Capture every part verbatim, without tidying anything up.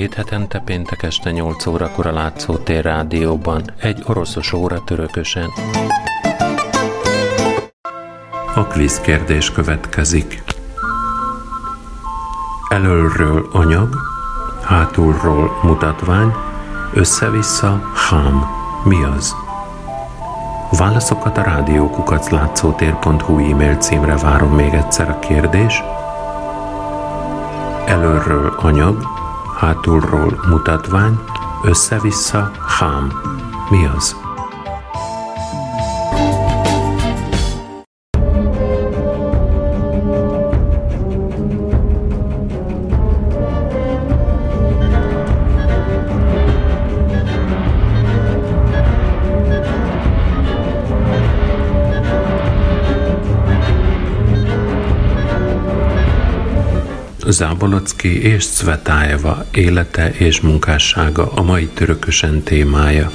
Két hetente péntek este nyolc órakor a Látszótér rádióban, egy oroszos óra törökösen. A kvíz kérdés következik. Elölről anyag, hátulról mutatvány, össze-vissza hám. Mi az? Válaszokat a rádiókukac látszótér pont hu e-mail címre várom. Még egyszer a kérdés. Elölről anyag, hátulról mutatvány, össze-vissza hám. Mi az? Zábolocki és Cvetájeva élete és munkássága a mai Törökösen témája.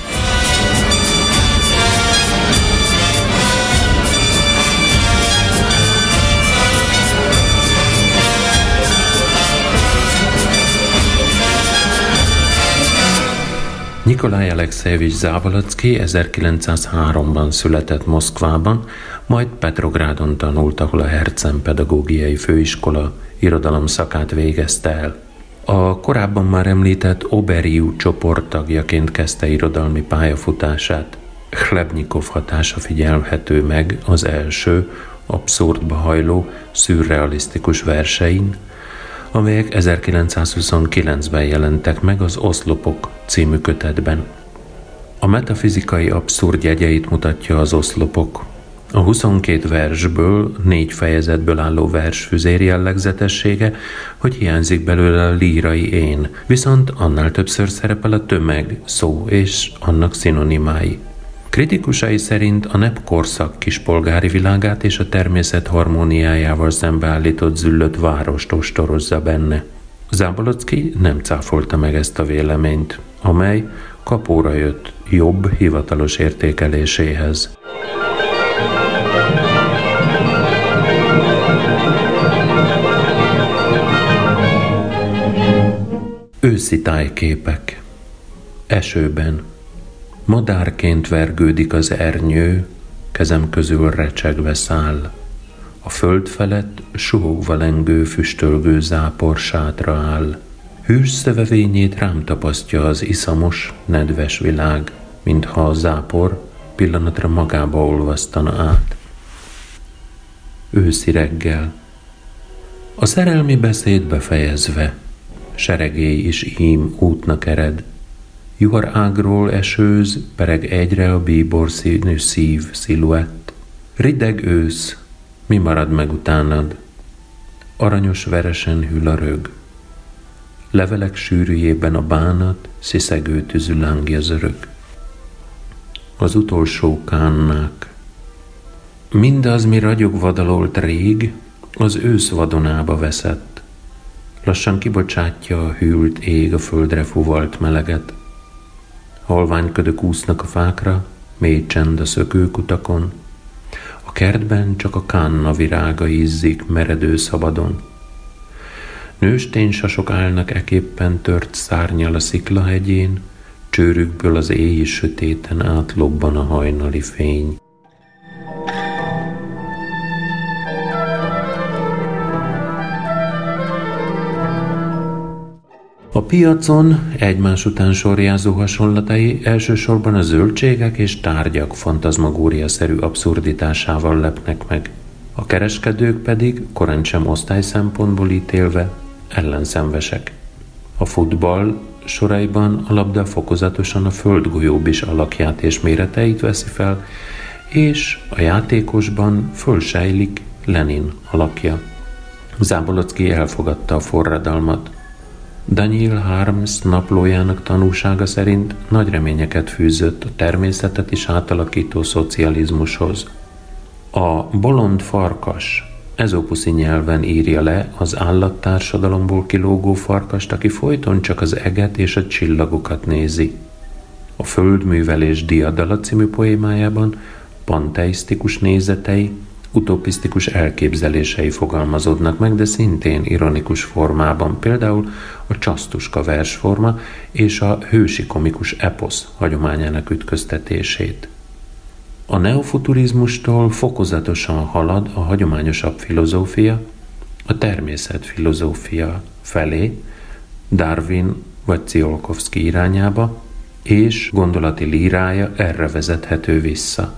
Nikolaj Alexejevics Zábolocki ezerkilencszázháromban született Moszkvában, majd Petrográdon tanult, ahol a Hercen pedagógiai főiskola irodalom szakát végezte el. A korábban már említett Oberiu csoport tagjaként kezdte irodalmi pályafutását. Hlebnyikov hatása figyelhető meg az első, abszurdba hajló, szürrealisztikus versein, amelyek ezerkilencszázhuszonkilencben jelentek meg az Oszlopok című kötetben. A metafizikai abszurd jegyeit mutatja az Oszlopok. A huszonkét versből, négy fejezetből álló versfüzér jellegzetessége, hogy hiányzik belőle a lírai én, viszont annál többször szerepel a tömeg, szó és annak szinonimái. Kritikusai szerint a nep korszak kispolgári világát és a természet harmóniájával szembeállított züllött várost ostorozza benne. Zábolocki nem cáfolta meg ezt a véleményt, amely kapóra jött jobb hivatalos értékeléséhez. Őszi tájképek. Esőben. Madárként vergődik az ernyő, kezem közül recsegve száll. A föld felett suhogva lengő, füstölgő zápor sátra áll. Hűs szövevényét rám tapasztja az iszamos, nedves világ, mintha a zápor pillanatra magába olvasztana át. Őszi reggel. A szerelmi beszéd befejezve, seregély is ím útnak ered. Juhar ágról esőz, pereg egyre a bíbor színű szív sziluett. Rideg ősz, mi marad meg utánad? Aranyos veresen hűl a rög. Levelek sűrűjében a bánat, sziszegő tűzű lángja zörög. Az utolsó kánnák. Mindaz, mi ragyogva dalolt rég, az ősz vadonába veszett. Lassan kibocsátja a hűlt ég a földre fuvalt meleget. Halványködök úsznak a fákra, mély csend a szökőkutakon. A kertben csak a kánna virága ízzik meredő szabadon. Nőstény-sasok állnak eképpen tört szárnnyal a sziklahegyén, csőrükből az éji sötéten átlobban a hajnali fény. A piacon egymás után sorjázó hasonlatai elsősorban a zöldségek és tárgyak fantazmagóriaszerű abszurditásával lepnek meg. A kereskedők pedig, korántsem osztály szempontból ítélve, ellenszenvesek. A futball soraiban a labda fokozatosan a földgolyóbis alakját és méreteit veszi fel, és a játékosban fölsejlik Lenin alakja. Zábolocki elfogadta a forradalmat. Daniel Harms naplójának tanúsága szerint nagy reményeket fűzött a természetet is átalakító szocializmushoz. A bolond farkas ezopuszi nyelven írja le az állattársadalomból kilógó farkast, aki folyton csak az eget és a csillagokat nézi. A Földművelés diadala című poémájában panteisztikus nézetei utopisztikus elképzelései fogalmazódnak meg, de szintén ironikus formában, például a csasztuska versforma és a hősi komikus eposz hagyományának ütköztetését. A neofuturizmustól fokozatosan halad a hagyományosabb filozófia, a természetfilozófia felé, Darwin vagy Tsiolkovszky irányába, és gondolati lírája erre vezethető vissza.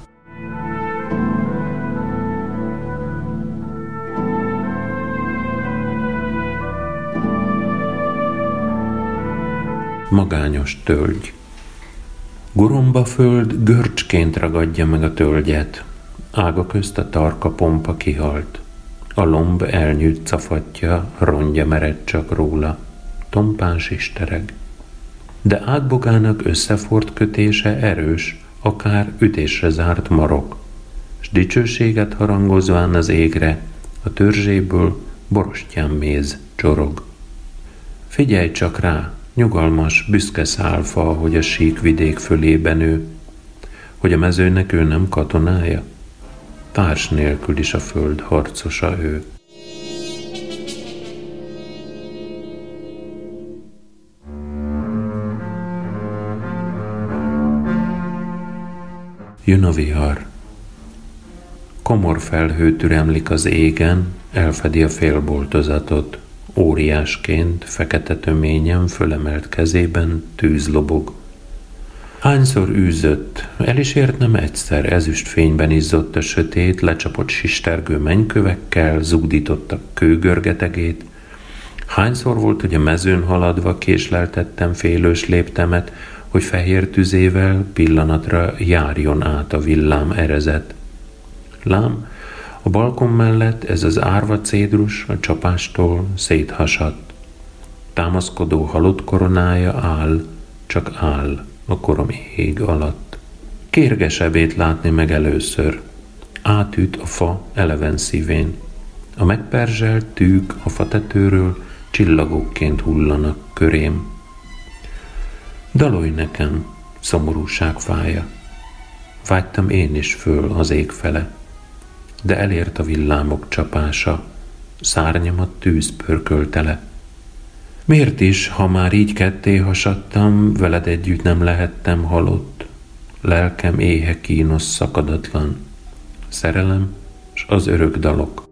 Magányos tölgy. Goromba föld görcsként ragadja meg a tölgyet, ága közt a tarka pompa kihalt, a lomb elnyűjt cafatja, rongya mered csak róla, tompán sistereg. De átbogának összefort kötése erős, akár ütésre zárt marok, s dicsőséget harangozván az égre, a törzséből borostyán méz csorog. Figyelj csak rá, nyugalmas, büszke szálfa, hogy a sík vidék fölében ő, hogy a mezőnek ő nem katonája, társ nélkül is a föld harcosa ő. Jön a vihar. Komor felhő türemlik az égen, elfedi a félboltozatot. Óriásként, fekete töményen, fölemelt kezében tűz lobog. Hányszor űzött, el is ért nem egyszer, ezüstfényben izzott a sötét, lecsapott sistergő mennykövekkel, zugdítottak kőgörgetegét. Hányszor volt, hogy a mezőn haladva késleltettem félős léptemet, hogy fehér tüzével pillanatra járjon át a villám erezet. Lám, a balkon mellett ez az árva cédrus a csapástól széthasadt. Támaszkodó halott koronája áll, csak áll a korom ég alatt. Kérgesebét látni meg először. Átüt a fa eleven szívén. A megperzselt tűk a fatetőről csillagokként hullanak körém. Dalolj nekem, szomorúság fája. Vágytam én is föl az ég fele, de elért a villámok csapása, szárnyamat tűz pörkölte le. Miért is, ha már így ketté hasadtam, veled együtt nem lehettem halott? Lelkem éhe kínos szakadatlan, szerelem s az örök dalok.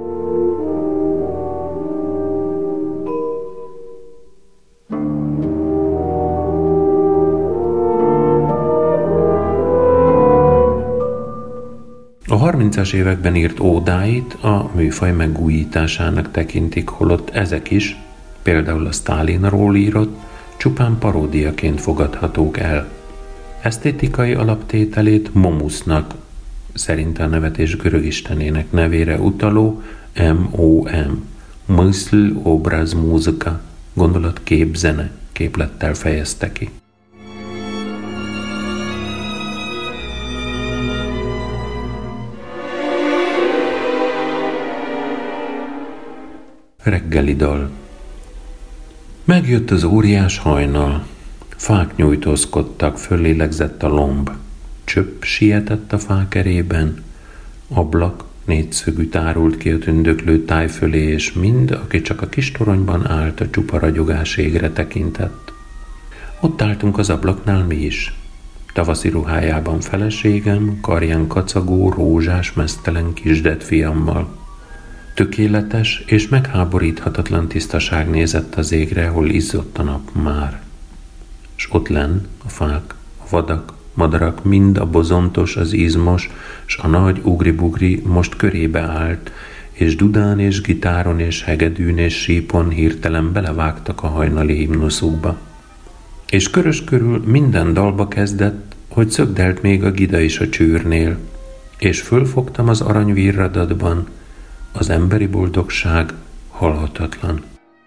A harmincas években írt ódáit a műfaj megújításának tekintik, holott ezek is, például a Sztálinról írott, csupán paródiaként fogadhatók el. Esztétikai alaptételét Momusnak, szerint a nevetés görög istenének nevére utaló em o em, Mysl, obraz, múzika, gondolat, kép, zene képlettel fejezte ki. Reggeli dal. Megjött az óriás hajnal, fák nyújtózkodtak, föllélegzett a lomb, csöpp sietett a fák erében, ablak négyszögű tárult ki a tündöklő táj fölé, és mind, aki csak a kis toronyban állt, a csupa ragyogás égre tekintett. Ott álltunk az ablaknál mi is, tavaszi ruhájában feleségem, karján kacagó, rózsás, meztelen kisdet fiammal. Tökéletes és megháboríthatatlan tisztaság nézett az égre, hol izzott a nap már. S ott lenn a fák, a vadak, madarak, mind a bozontos, az izmos, s a nagy ugri-bugri most körébe állt, és dudán és gitáron és hegedűn és sípon hirtelen belevágtak a hajnali himnuszukba. És körös körül minden dalba kezdett, hogy szögdelt még a gida is a csűrnél, és fölfogtam az aranyvirradatban, az emberi boldogság halhatatlan.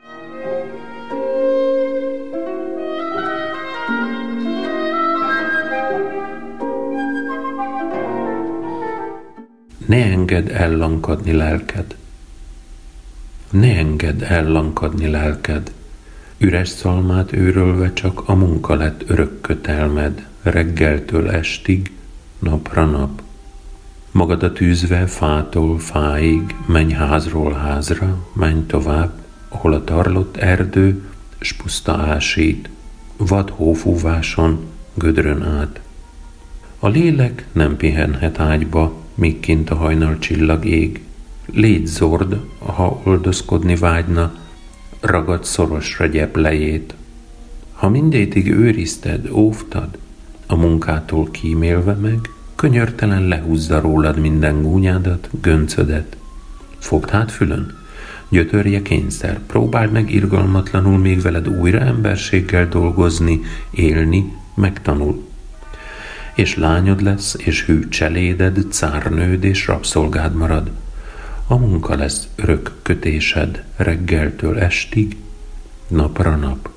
Ne engedd ellankadni lelked. Ne engedd ellankadni lelked. Üres szalmát őrölve csak a munka lett örök kötelmed, reggeltől estig, napra nap. Magadat tűzve fától fáig, menj házról házra, menj tovább, hol a tarlott erdő, s puszta ásít, vad hófúváson, gödrön át. A lélek nem pihenhet ágyba, míg kint a hajnal csillag ég. Légy zord, ha oldozkodni vágyna, ragad szorosra gyeplejét. Ha mindétig őrizted, óvtad, a munkától kímélve meg, könyörtelen lehúzza rólad minden gúnyádat, göncödet. Fogd hát fülön, gyötörje kényszer, próbáld meg irgalmatlanul még veled újra emberséggel dolgozni, élni, megtanul. És lányod lesz, és hű cseléded, cárnőd és rabszolgád marad. A munka lesz örök kötésed reggeltől estig, napra nap.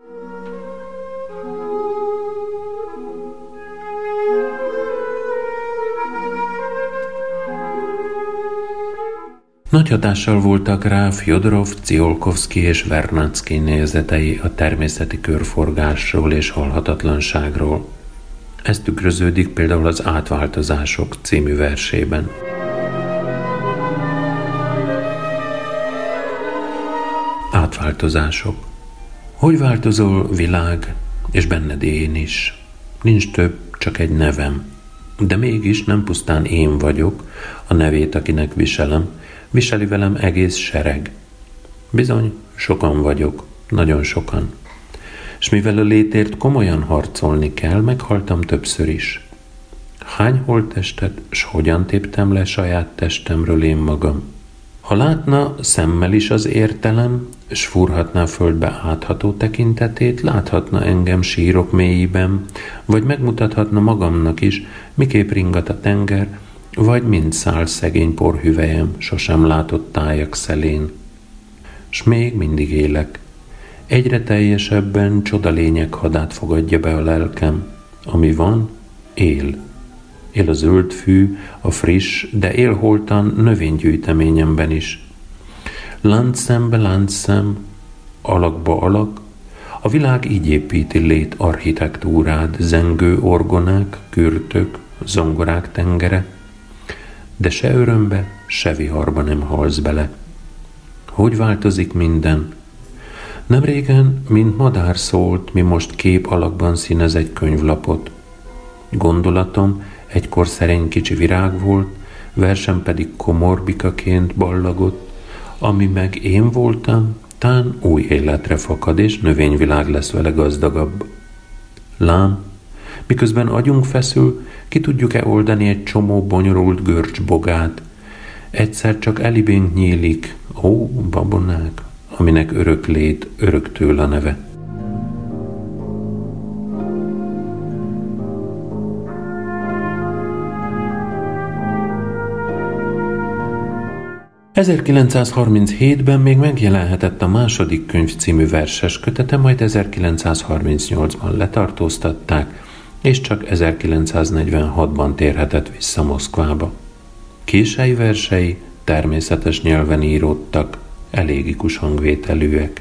Nagy hatással voltak rá Fjodorov, Ciolkovszky és Vernadsky nézetei a természeti körforgásról és halhatatlanságról. Ez tükröződik például az Átváltozások című versében. Átváltozások. Hogy változol, világ, és benned én is. Nincs több, csak egy nevem. De mégis nem pusztán én vagyok, a nevét, akinek viselem, viseli velem egész sereg. Bizony, sokan vagyok, nagyon sokan. S mivel a létért komolyan harcolni kell, meghaltam többször is. Hány holttestet, s hogyan téptem le saját testemről én magam? Ha látna szemmel is az értelem, s fúrhatná földbe átható tekintetét, láthatna engem sírok mélyében, vagy megmutathatna magamnak is, miképp ringat a tenger, vagy mind száll szegény porhüvelyem sosem látott tájak szelén. S még mindig élek. Egyre teljesebben csoda lények hadát fogadja be a lelkem. Ami van, él. Él a zöld fű, a friss, de élholtan növénygyűjteményemben is. Láncszembe láncszem, alakba alak, a világ így építi lét architektúrád, zengő orgonák, kürtök, zongorák tengere, de se örömbe, se viharba nem halsz bele. Hogy változik minden? Nemrégen, mint madár szólt, mi most kép alakban színez egy könyvlapot. Gondolatom egykor szerény kicsi virág volt, versem pedig komorbikaként ballagott, ami meg én voltam, tán új életre fakad, és növényvilág lesz vele gazdagabb. Lám, miközben agyunk feszül, ki tudjuk-e oldani egy csomó bonyolult görcsbogát? Egyszer csak elibénk nyílik, ó, babonák, aminek örök lét, öröktől a neve. ezerkilencszázharminchétben még megjelenhetett a második könyv című verses kötete, majd ezerkilencszázharmincnyolcban letartóztatták, és csak ezerkilencszáznegyvenhatban térhetett vissza Moszkvába. Kései versei természetes nyelven íródtak, elégikus hangvételűek.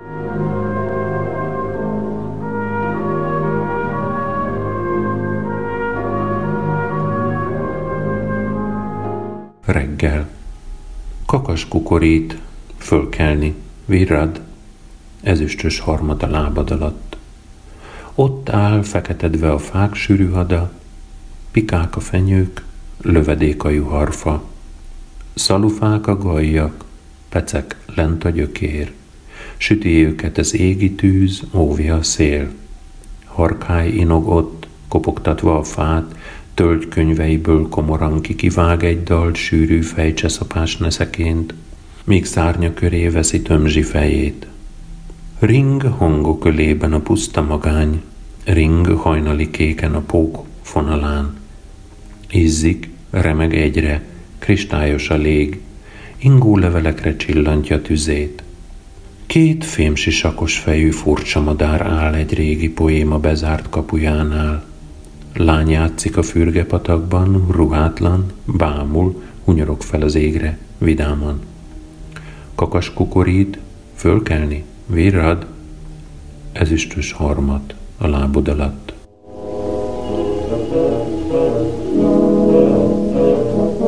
Reggel. Kakas kukorít, fölkelni, virrad, ezüstös harmad a lábad alatt. Ott áll feketedve a fák sűrű hada, pikák a fenyők, lövedék a juharfa, szalufák a gajjak, pecek lent a gyökér, süti őket az égi tűz, óvja a szél. Harkály inog ott, kopogtatva a fát, tölgykönyveiből komoran kikivág egy dalt sűrű fejcseszapás neszeként, míg szárnya köré veszi tömzsi fejét. Ring hangok ölében a puszta magány, ring hajnali kéken a pók fonalán. Izzik, remeg egyre, kristályos a lég, ingó levelekre csillantja tüzét. Két fémsisakos fejű furcsa madár áll egy régi poéma bezárt kapujánál. Lány játszik a fürgepatakban, ruhátlan, bámul, hunyorog fel az égre, vidáman. Kakas kukorít, fölkelni, virrad, ezüstös harmat a lábod alatt.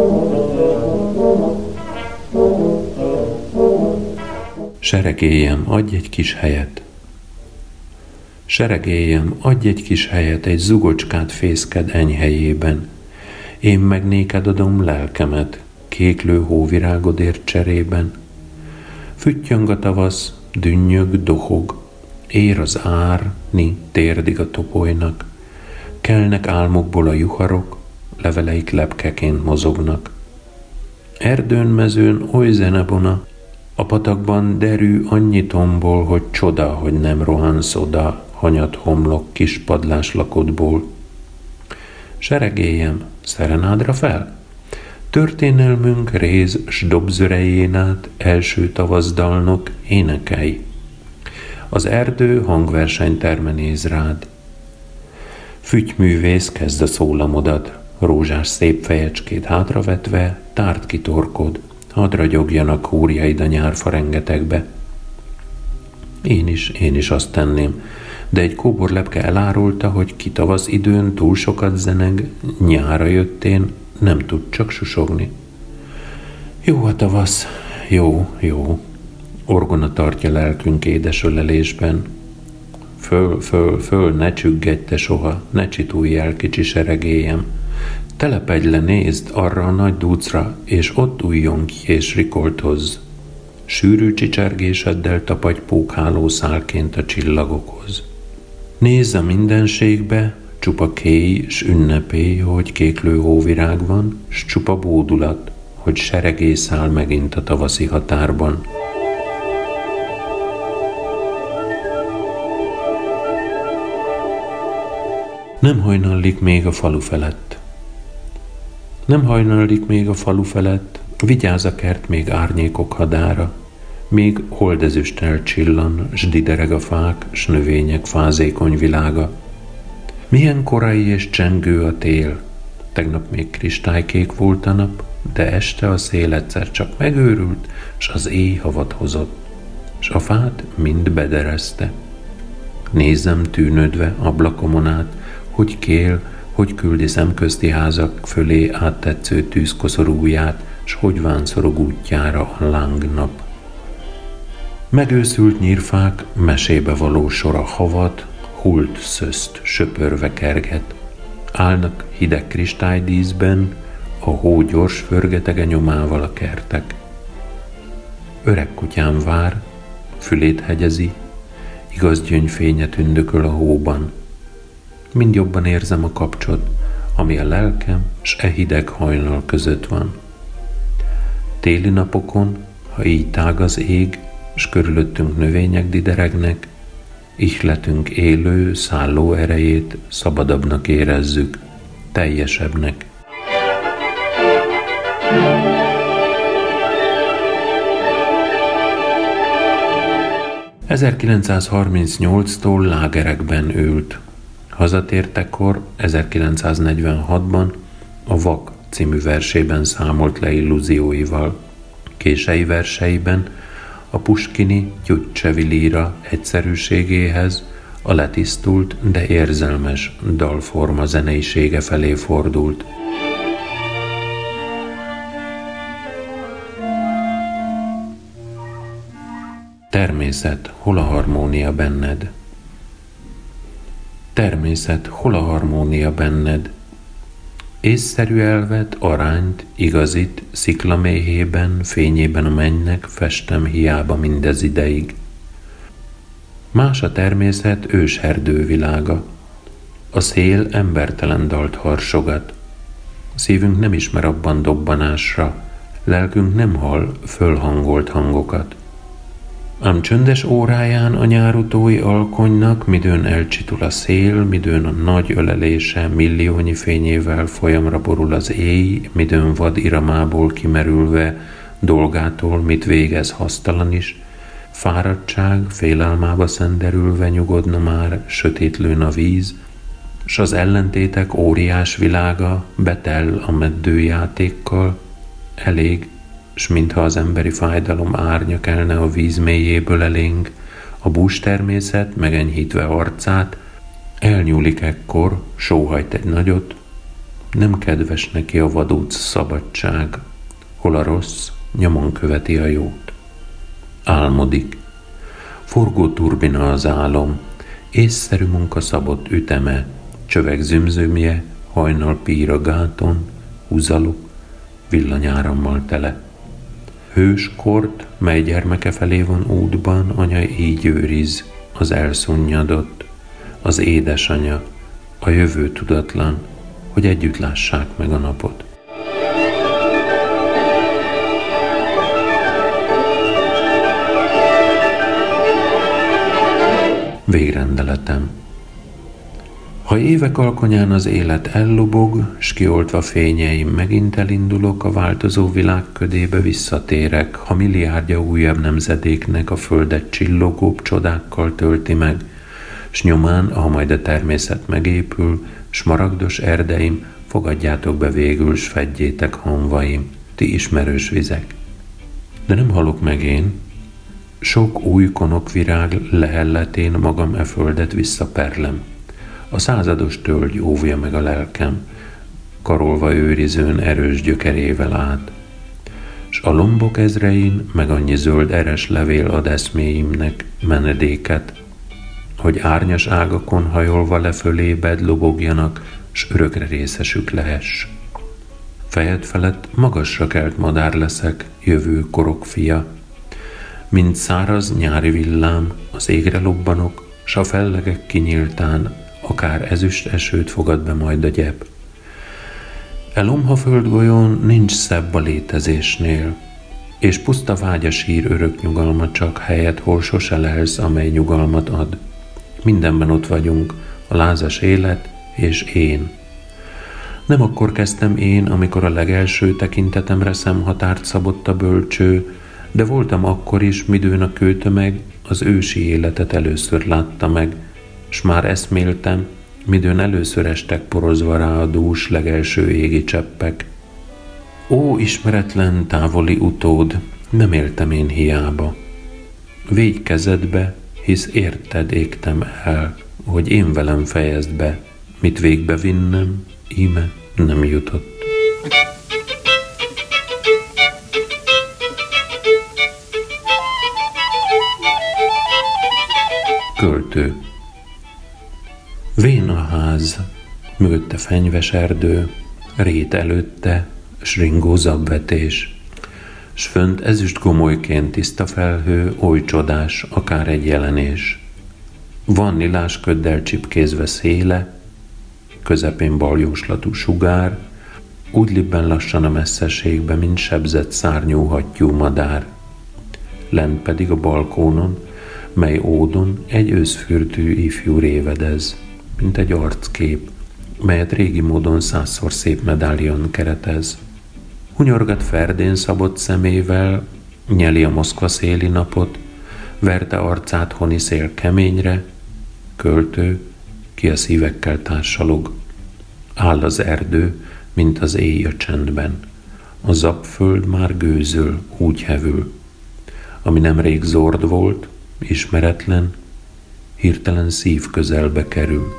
Seregélyem, adj egy kis helyet. Seregélyem, adj egy kis helyet, egy zugocskát fészked enyhelyében. Én meg néked adom lelkemet, kéklő hóvirágodért cserében. Füttyöng a tavasz, dünnyög, dohog, ér az árni térdig a topolynak. Kelnek álmokból a juharok, leveleik lepkeként mozognak. Erdőn, mezőn oly zenebona, a patakban derű annyi tombol, hogy csoda, hogy nem rohansz oda hanyat homlok kis padlás lakodból. Seregélyem, szerenádra fel? Történelmünk réz s dobzörején át első tavaszdalnok énekelj. Az erdő hangversenyterme néz rád. Fütyművész kezd a szólamodat, rózsás szép fejecskét hátravetve, tárt ki torkod, hadd ragyogjanak húrjaid a nyárfa rengetegbe. Én is, én is azt tenném, de egy kóbor lepke elárulta, hogy ki tavasz időn túl sokat zeneg, nyára jöttén nem tud csak susogni. Jó a tavasz, jó, jó, orgona tartja lelkünk édes ölelésben. Föl, föl, föl, ne csüggedj te soha, ne csitulj el, kicsi seregélyem. Telepedj le, nézd arra a nagy dúcra, és ott újjon ki és rikoltozz. Sűrű csicsergéseddel tapadj pókhálószálként a csillagokhoz. Nézz a mindenségbe, csupa kéj s ünnepély, hogy kéklő hóvirág van, s csupa bódulat, hogy seregély száll megint a tavaszi határban. Nem hajnallik még a falu felett. Nem hajnallik még a falu felett, vigyáz a kert még árnyékok hadára, még holdezüsttel csillan, s didereg a fák, s növények fázékony világa. Milyen korai és csengő a tél, tegnap még kristálykék volt a nap, de este a szél egyszer csak megőrült, s az éj havat hozott, s a fát mind bederezte. Nézzem tűnődve ablakomon át, hogy kél, hogy küldi szemközti házak fölé áttetsző tűzkoszorúját, s hogy vánszorog útjára a lángnap. Megőszült nyírfák mesébe való sora havat, hult szöszt söpörve kerget. Állnak hideg kristálydíszben, a hó gyors förgetege nyomával a kertek. Öreg kutyám vár, fülét hegyezi, igaz gyöngyfénye tündököl a hóban. Mind jobban érzem a kapcsot, ami a lelkem s e hideg hajnal között van. Téli napokon, ha így tág az ég, s körülöttünk növények dideregnek, ihletünk élő, szálló erejét szabadabbnak érezzük, teljesebbnek. ezerkilencszázharmincnyolctól lágerekben ült. Hazatértekor ezerkilencszáznegyvenhatban a Vak című versében számolt le illúzióival. Kései verseiben a puskini Tyutcsevi líra egyszerűségéhez, a letisztult, de érzelmes dalforma zeneisége felé fordult. Természet, hol a harmónia benned? Természet, hol a harmónia benned? Észszerű elvet, arányt, igazit, sziklaméhében, fényében a mennynek festem hiába mindez ideig. Más a természet ősherdő világa. A szél embertelen dalt harsogat. Szívünk nem ismer abban dobbanásra, lelkünk nem hall fölhangolt hangokat. Ám csöndes óráján a nyárutói alkonynak midőn elcsitul a szél, midőn a nagy ölelése milliónyi fényével folyamra borul az éj, midőn vad iramából kimerülve dolgától mit végez hasztalan is, fáradtság félelmába szenderülve nyugodna már, sötétlőn a víz, s az ellentétek óriás világa betel a meddőjátékkal, elég, s mintha az emberi fájdalom árnya kelne a víz mélyéből elénk, a bústermészet megenyhítve arcát, elnyúlik ekkor, sóhajt egy nagyot, nem kedves neki a vadóc szabadság, hol a rossz nyomon követi a jót. Álmodik. Forgó turbina az álom, észszerű munka szabott üteme, csövek zümzömje, hajnal pír a gáton, húzalok, villanyárammal tele. Hőskort, mely gyermeke felé van útban, anya így őriz, az elszunnyadott, az édesanya, a jövő tudatlan, hogy együtt lássák meg a napot. Végrendeletem. Ha évek alkonyán az élet ellobog, s kioltva fényeim megint elindulok, a változó világ ködébe visszatérek, ha milliárdja újabb nemzedéknek a földet csillogóbb csodákkal tölti meg, s nyomán, ha majd a természet megépül, smaragdos erdeim, fogadjátok be végül, s fedjétek hamvaim, ti ismerős vizek. De nem halok meg én, sok új konokvirág lehelletén magam e földet visszaperlem. A százados tölgy óvja meg a lelkem, karolva őrizőn erős gyökerével át. S a lombok ezrein meg annyi zöld eres levél ad eszméimnek menedéket, hogy árnyas ágakon hajolva lefölébed lobogjanak, s örökre részesük lehess. Fejed felett magasra kelt madár leszek, jövő korok fia. Mint száraz nyári villám, az égre lobbanok, s a fellegek kinyíltán, akár ezüst esőt fogad be majd a gyep. E lomha földgolyón nincs szebb a létezésnél, és puszta vágya sír örök nyugalma csak helyet, hol sose lelsz, amely nyugalmat ad. Mindenben ott vagyunk, a lázas élet és én. Nem akkor kezdtem én, amikor a legelső tekintetemre szemhatárt szabott a bölcső, de voltam akkor is, midőn a kőtömeg az ősi életet először látta meg, s már eszméltem, midőn először estek porozva rá a dús legelső égi cseppek. Ó, ismeretlen, távoli utód, nem éltem én hiába. Végy kezedbe, hisz érted égtem el, hogy én velem fejezd be, mit végbe vinnem, íme nem jutott. Költő. Vén a ház, mögötte fenyves erdő, rét előtte, s ringó zabvetés, s fönt ezüst gomolyként tiszta felhő, oly csodás, akár egy jelenés. Van lilás köddel csipkézve széle, közepén baljóslatú sugár, úgy libben lassan a messzeségbe, mint sebzett szárnyú hattyú madár. Lent pedig a balkónon, mely ódon egy őszfürdő ifjú révedez, mint egy arckép, melyet régi módon százszor szép medáljon keretez. Hunyorgat ferdén szabott szemével, nyeli a Moszkva széli napot, verte arcát honi szél keményre, költő, ki a szívekkel társalog. Áll az erdő, mint az éj a csendben, a zapföld már gőzöl, úgy hevül. Ami nemrég zord volt, ismeretlen, hirtelen szív közelbe kerül.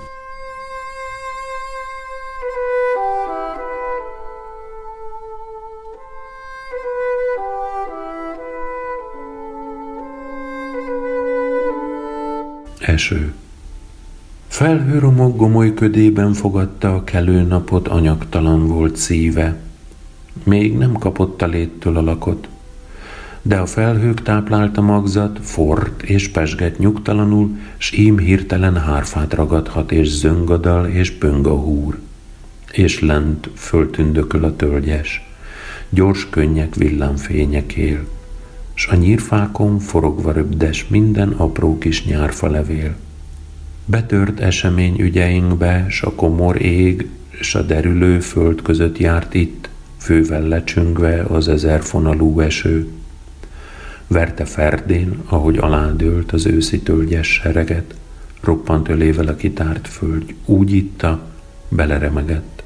Eső. Felhőromok gomoly ködében fogadta a kelő napot, anyagtalan volt szíve. Még nem kapott a léttől a lakot, de a felhők táplálta magzat, forrt és pesget nyugtalanul, s ím hirtelen hárfát ragadhat, és zöngadal és pöng a húr. És lent föltündököl a tölgyes, gyors könnyek villámfények él, s a nyírfákon forogva röbdes minden apró kis nyárfa levél. Betört esemény ügyeinkbe, s a komor ég, s a derülő föld között járt itt, fővel lecsüngve az ezerfonalú eső. Verte ferdén, ahogy aládőlt az őszi tölgyes sereget, roppant ölével a kitárt föld, úgy itta, beleremegett.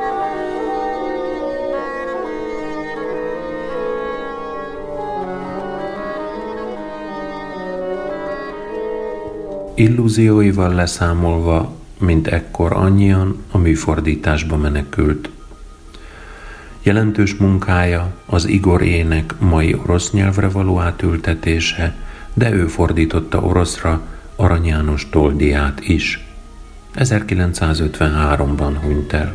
Illúzióival leszámolva, mint ekkor annyian a műfordításba menekült. Jelentős munkája az Igor ének mai orosz nyelvre való átültetése, de ő fordította oroszra Arany János Toldiát is. ezerkilencszázötvenháromban hunyt el.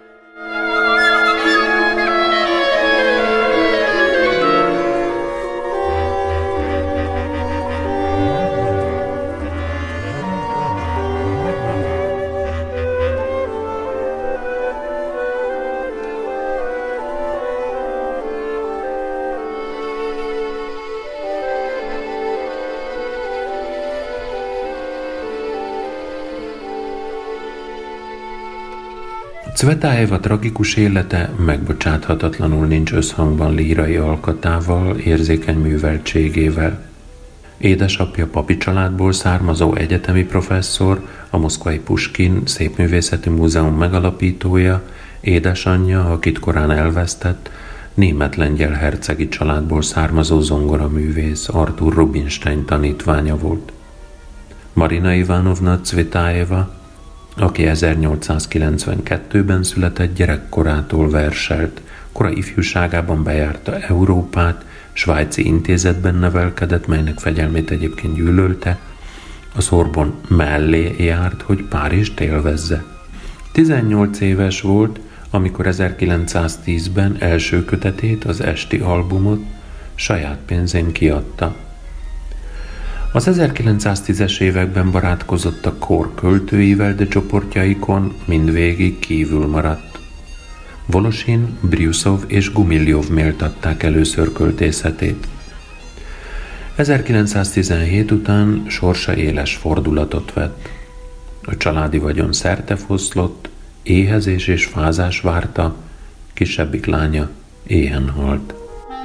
Cvetájeva tragikus élete megbocsáthatatlanul nincs összhangban lírai alkatával, érzékeny műveltségével. Édesapja papi családból származó egyetemi professzor, a moszkvai Puskin Szépművészeti Múzeum megalapítója, édesanyja, akit korán elvesztett, német-lengyel hercegi családból származó zongoraművész, Artur Rubinstein tanítványa volt. Marina Ivanovna Cvetájeva, aki ezernyolcszázkilencvenkettőben született, gyerekkorától verselt, kora ifjúságában bejárta Európát, svájci intézetben nevelkedett, melynek fegyelmét egyébként gyűlölte, a Sorbonne mellé járt, hogy Párizst élvezze. tizennyolc éves volt, amikor ezerkilencszáztízben első kötetét, az Esti albumot saját pénzén kiadta. Az ezerkilencszáztízes években barátkozott a kor költőivel, de csoportjaikon mindvégig kívül maradt. Volosin, Brjuszov és Gumiljov méltatták először költészetét. ezerkilencszáztizenhét után sorsa éles fordulatot vett. A családi vagyon szertefoszlott, éhezés és fázás várta, kisebbik lánya éhen halt.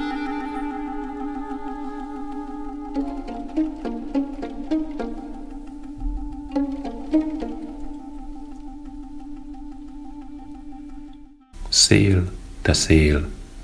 Szél, te szél.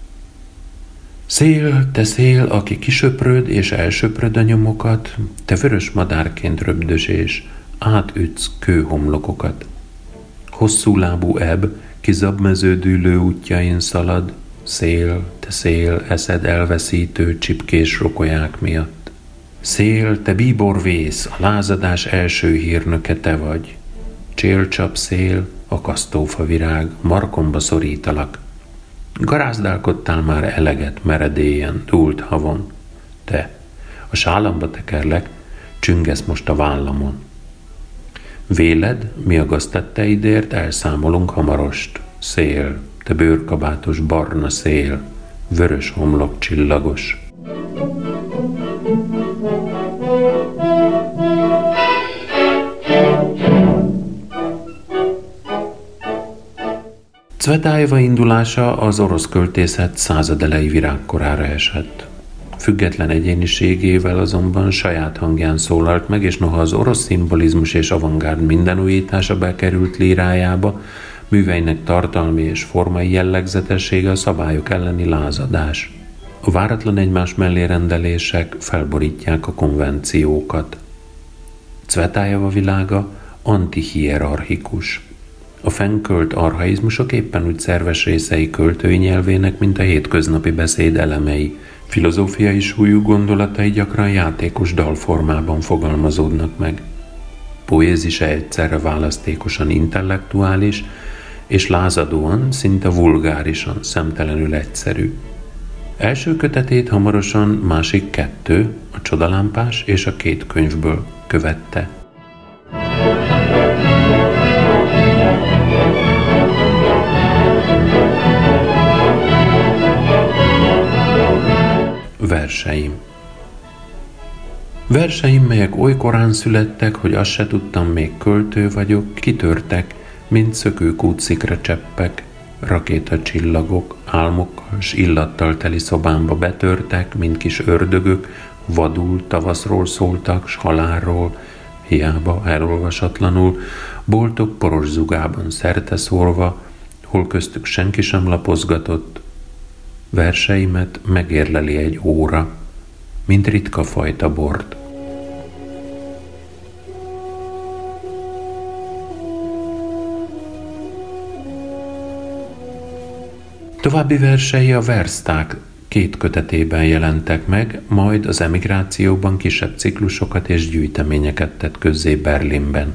Szél, te szél, aki kisöpröd és elsöpröd a nyomokat, te vörös madárként röbdösés, átütsz kőhomlokokat. Hosszú lábú ebb, ki zabmeződülő útjain szalad, szél, te szél, eszed elveszítő csipkés rokolyák miatt. Szél, te bíborvész, a lázadás első hírnöke te vagy. Csélcsap szél, akasztófa virág, markomba szorítalak. Garázdálkodtál már eleget meredélyen, dúlt havon. Te, a sálamba tekerlek, csüngesz most a vállamon. Véled, mi a gaztetteidért, elszámolunk hamarost. Szél, te bőrkabátos barna szél, vörös homlok csillagos. Cvetájeva indulása az orosz költészet századelei virágkorára esett. Független egyéniségével azonban saját hangján szólalt meg, és noha az orosz szimbolizmus és avantgárd minden újítása bekerült lírájába, műveinek tartalmi és formai jellegzetessége a szabályok elleni lázadás. A váratlan egymás mellé rendelések felborítják a konvenciókat. Cvetájeva világa antihierarchikus. A fennkölt archaizmusok éppen úgy szerves részei költői nyelvének, mint a hétköznapi beszéd elemei. Filozófiai súlyú gondolatai gyakran játékos dalformában fogalmazódnak meg. Poézise egyszerre választékosan intellektuális, és lázadóan, szinte vulgárisan, szemtelenül egyszerű. Első kötetét hamarosan másik kettő, a Csodalámpás és a Két könyvből követte. Verseim. Verseim, melyek oly korán születtek, hogy azt se tudtam, még költő vagyok, kitörtek, mint szökőkútszikra cseppek, rakétacsillagok, álmokkal s illattal teli szobámba betörtek, mint kis ördögök, vadul tavaszról szóltak, s halálról, hiába elolvasatlanul, boltok poros zugában szerteszórva, hol köztük senki sem lapozgatott. Verseimet megérleli egy óra, mint ritka fajta bort. További versei a versták két kötetében jelentek meg, majd az emigrációban kisebb ciklusokat és gyűjteményeket tett közzé Berlinben.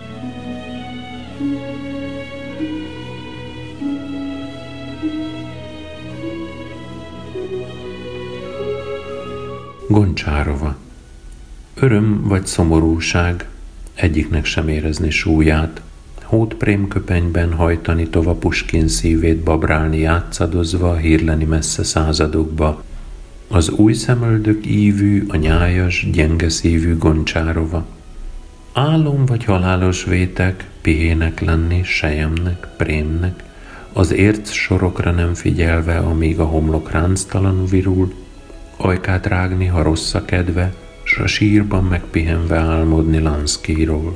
Goncsárova. Öröm vagy szomorúság, egyiknek sem érezni súlyát, hótprémköpenyben hajtani tova Puskin szívét babrálni játszadozva, hírleni messze századokba. Az új szemöldök ívű, a nyájas, gyenge szívű Goncsárova. Álom vagy halálos vétek, pihének lenni, selyemnek, prémnek, az érc sorokra nem figyelve, amíg a homlok ránctalanul virul, ajkát rágni, ha rossz a kedve, s a sírban megpihenve álmodni Lanszkiról.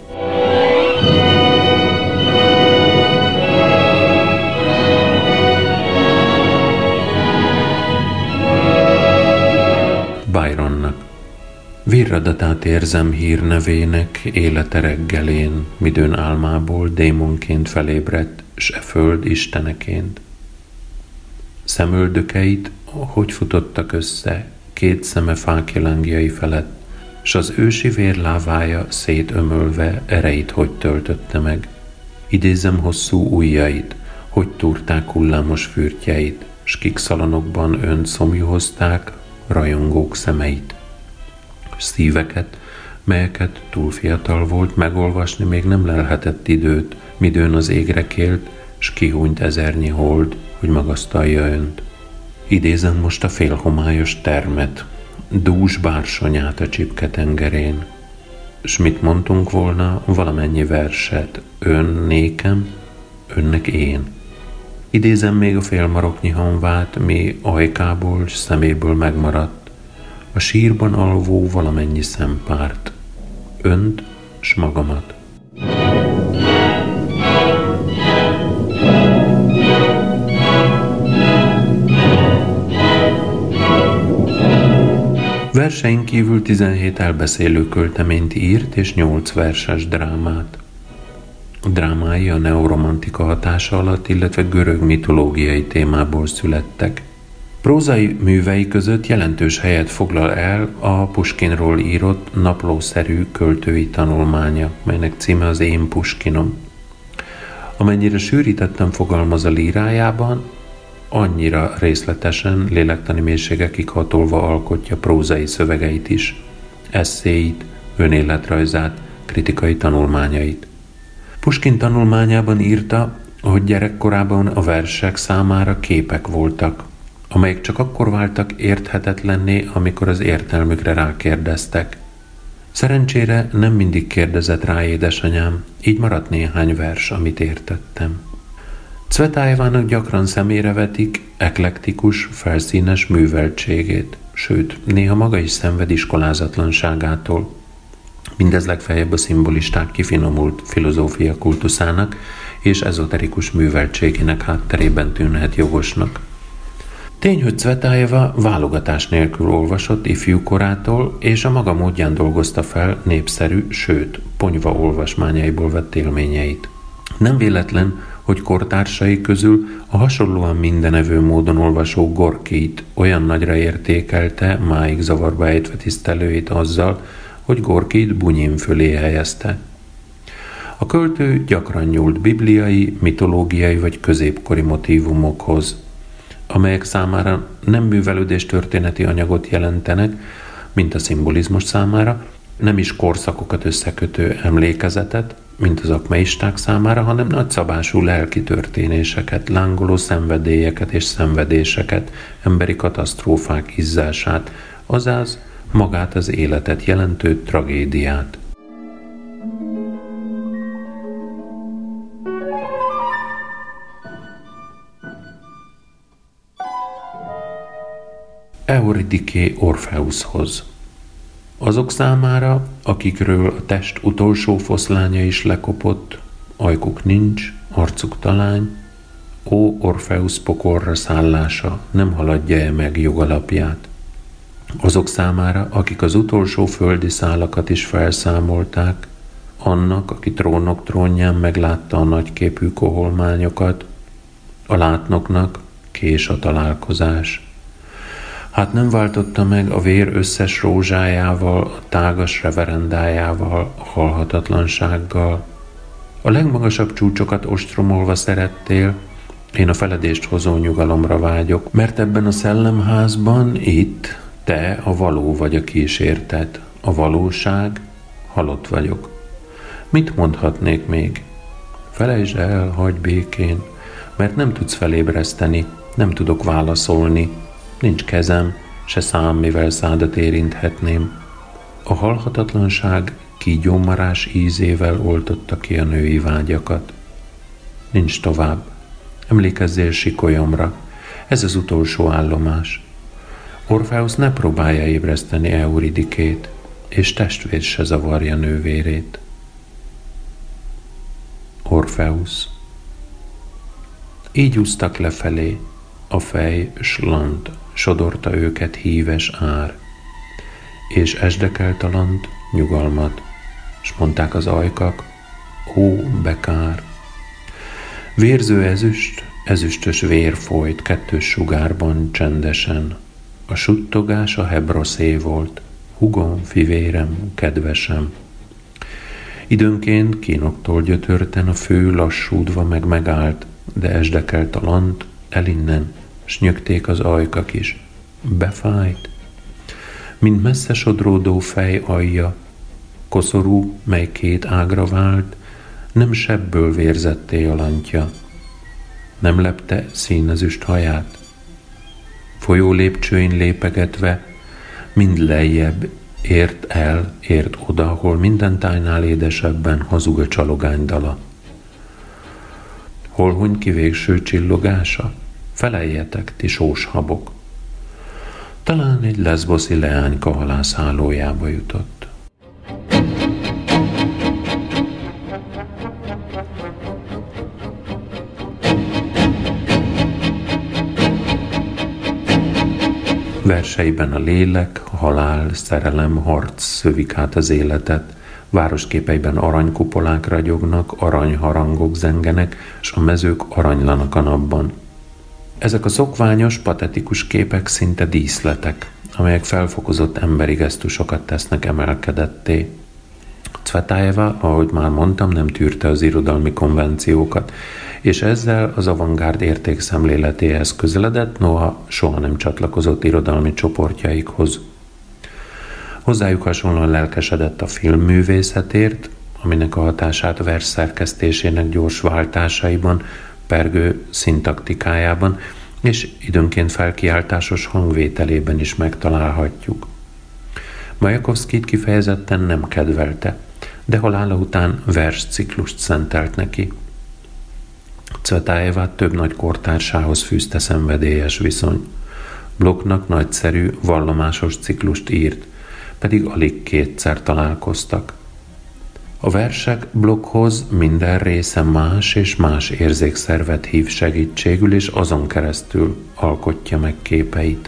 Byronnak. Virradatát érzem hírnevének, élete reggelén, midőn álmából démonként felébredt, s e föld isteneként. Szemöldökeit, hogy futottak össze, két szeme fákjilángjai felett, s az ősi vérlávája szétömölve ereit hogy töltötte meg. Idézem hosszú ujjait, hogy túrták hullámos fürtjeit, s kik szalonokban önt szomjuhozták rajongók szemeit. Szíveket, melyeket túl fiatal volt, megolvasni még nem lelhetett időt, midőn az égre kélt, s kihúnyt ezernyi hold, hogy magasztalja önt. Idézem most a félhomályos termet, dús bársonyát a csipke tengerén. S mit mondtunk volna, valamennyi verset, ön nékem, önnek én. Idézem még a félmaroknyi hanvát, mi ajkából s szeméből megmaradt, a sírban alvó valamennyi szempárt, önt s magamat. Versein kívül tizenhét elbeszélő költeményt írt és nyolc verses drámát. Drámái a neoromantika hatása alatt, illetve görög mitológiai témából születtek. Prózai művei között jelentős helyet foglal el a Puskinról írott naplószerű költői tanulmánya, melynek címe az Én Puskinom. Amennyire sűrítetten fogalmaz a lírájában, annyira részletesen, lélektani mélységekig hatolva alkotja prózai szövegeit is, esszéit, önéletrajzát, kritikai tanulmányait. Puskin tanulmányában írta, hogy gyerekkorában a versek számára képek voltak, amelyek csak akkor váltak érthetetlenné, amikor az értelmükre rákérdeztek. Szerencsére nem mindig kérdezett rá édesanyám, így maradt néhány vers, amit értettem. Cvetájevának gyakran szemére vetik eklektikus, felszínes műveltségét, sőt, néha maga is szenved iskolázatlanságától. Mindez legfeljebb a szimbolisták kifinomult filozófia kultuszának és ezoterikus műveltségének hátterében tűnhet jogosnak. Tény, hogy Cvetájeva válogatás nélkül olvasott ifjú korától, és a maga módján dolgozta fel népszerű, sőt, ponyva olvasmányaiból vett élményeit. Nem véletlen, hogy kortársai közül a hasonlóan mindenevő módon olvasó Gorkijt olyan nagyra értékelte, máig zavarba ejtve tisztelőit azzal, hogy Gorkijt Bunyin fölé helyezte. A költő gyakran nyúlt bibliai, mitológiai vagy középkori motívumokhoz, amelyek számára nem művelődés történeti anyagot jelentenek, mint a szimbolizmus számára, nem is korszakokat összekötő emlékezetet, mint az akmeisták számára, hanem nagyszabású lelki történéseket, lángoló szenvedélyeket és szenvedéseket, emberi katasztrófák izzását, azaz magát az életet jelentő tragédiát. Euridiké Orfeuszhoz. Azok számára, akikről a test utolsó foszlánya is lekopott, ajkuk nincs, arcuk talány, ó Orfeusz pokolra szállása nem haladja-e meg jogalapját? Azok számára, akik az utolsó földi szálakat is felszámolták, annak, aki trónok trónján meglátta a nagyképű koholmányokat, a látnoknak kés a találkozás. Hát nem váltotta meg a vér összes rózsájával, a tágas reverendájával, a halhatatlansággal. A legmagasabb csúcsokat ostromolva szerettél, én a feledést hozó nyugalomra vágyok, mert ebben a szellemházban, itt, te a való vagy a kísértet, a valóság, halott vagyok. Mit mondhatnék még? Felejtsd el, hagyj békén, mert nem tudsz felébreszteni, nem tudok válaszolni, nincs kezem, se szám, mivel szádat érinthetném. A halhatatlanság kígyómarás ízével oltotta ki a női vágyakat. Nincs tovább. Emlékezzél sikolyomra. Ez az utolsó állomás. Orfeusz ne próbálja ébreszteni Euridikét, és testvér se zavarja nővérét. Orfeusz. Így úsztak lefelé, a fej slant, sodorta őket híves ár, és esdekeltalant nyugalmat, s mondták az ajkak, ó, bekár. Vérző ezüst, ezüstös vér folyt kettős sugárban csendesen, a suttogás a hebroszé volt, hugom, fivérem, kedvesem. Időnként kínoktól gyötörten a fő lassúdva meg megállt, de esdekelt a lant, elinnen, s nyögték az ajkak is. Befájt. Mint messze sodródó fej alja, koszorú, mely két ágra vált, nem sebből vérzetté a lantja. Nem lepte színezüst haját. Folyó lépcsőin lépegetve, mind lejjebb ért el, ért oda, ahol minden tájnál édesebben hazug a csalogány dala. Hol huny ki végső csillogása? Feleljetek, ti sós habok. Talán egy leszboszi leányka halászhálójába jutott. Verseiben a lélek, a halál, szerelem, harc szövik át az életet, városképeiben aranykupolák ragyognak, aranyharangok zengenek, s a mezők aranylanak a napban. Ezek a szokványos, patetikus képek szinte díszletek, amelyek felfokozott emberi gesztusokat tesznek emelkedetté. Cvetájeva, ahogy már mondtam, nem tűrte az irodalmi konvenciókat, és ezzel az avantgárd értékszemléletéhez közeledett, noha soha nem csatlakozott irodalmi csoportjaikhoz. Hozzájuk hasonlóan lelkesedett a filmművészetért, aminek a hatását vers szerkesztésének gyors váltásaiban, pergő szintaktikájában és időnként felkiáltásos hangvételében is megtalálhatjuk. Majakovszkit kifejezetten nem kedvelte, de halála után versciklust szentelt neki. Cvetájevát több nagy kortársához fűzte szenvedélyes viszony. Blokknak nagyszerű, vallomásos ciklust írt, pedig alig kétszer találkoztak. A versek Blokkhoz minden része más és más érzékszervet hív segítségül, és azon keresztül alkotja meg képeit.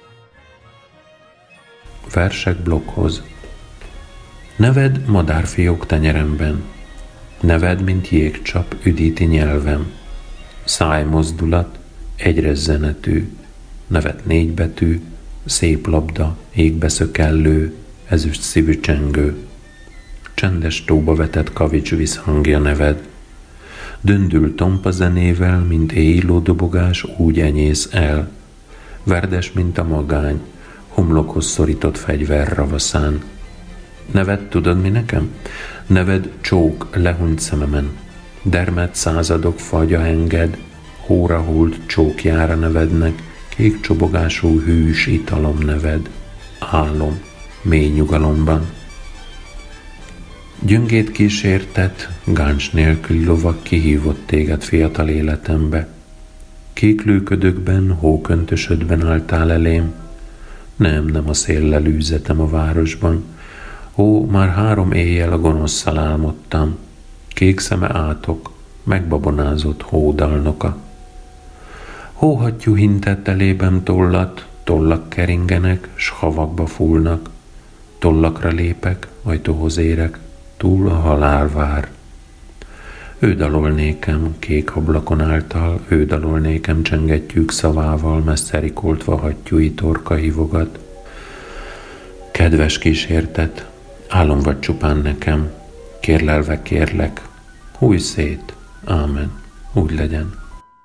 Versek Blokkhoz. Neved madárfiók tenyeremben, neved, mint jégcsap, üdíti nyelvem. Szájmozdulat, egyre zenetű, nevet négybetű, szép labda, égbe szökellő, ezüst szívű csengő. Csendes tóba vetett kavics visszhangja neved. Döndül tompa zenével, mint éjló dobogás, úgy enyész el. Verdes, mint a magány, homlokhoz szorított fegyver ravaszán. Neved tudod mi nekem? Neved csók lehunyt szememen. Dermed századok fagya enged, hóra hult csókjára nevednek, kék csobogású hűs italom neved. Álom, mély nyugalomban. Gyöngét kísértet, gáncs nélküli lovak kihívott téged fiatal életembe. Kék lőködökben, hóköntösödben álltál elém. Nem, nem a széllel űzetem a városban. Ó, már három éjjel a gonoszszal álmodtam. Kék szeme átok, megbabonázott hódalnoka. Hóhattyú hintett elében tollat, tollak keringenek, s havakba fúlnak. Tollakra lépek, ajtóhoz érek, túl a halál vár. Ő dalol nékem kék ablakon által, ő dalol nékem csengettyűk szavával, messze rikoltva hattyúi torka hívogat. Kedves kísértet, álom vagy csupán nekem, kérlelve kérlek, hújj szét, ámen, úgy legyen.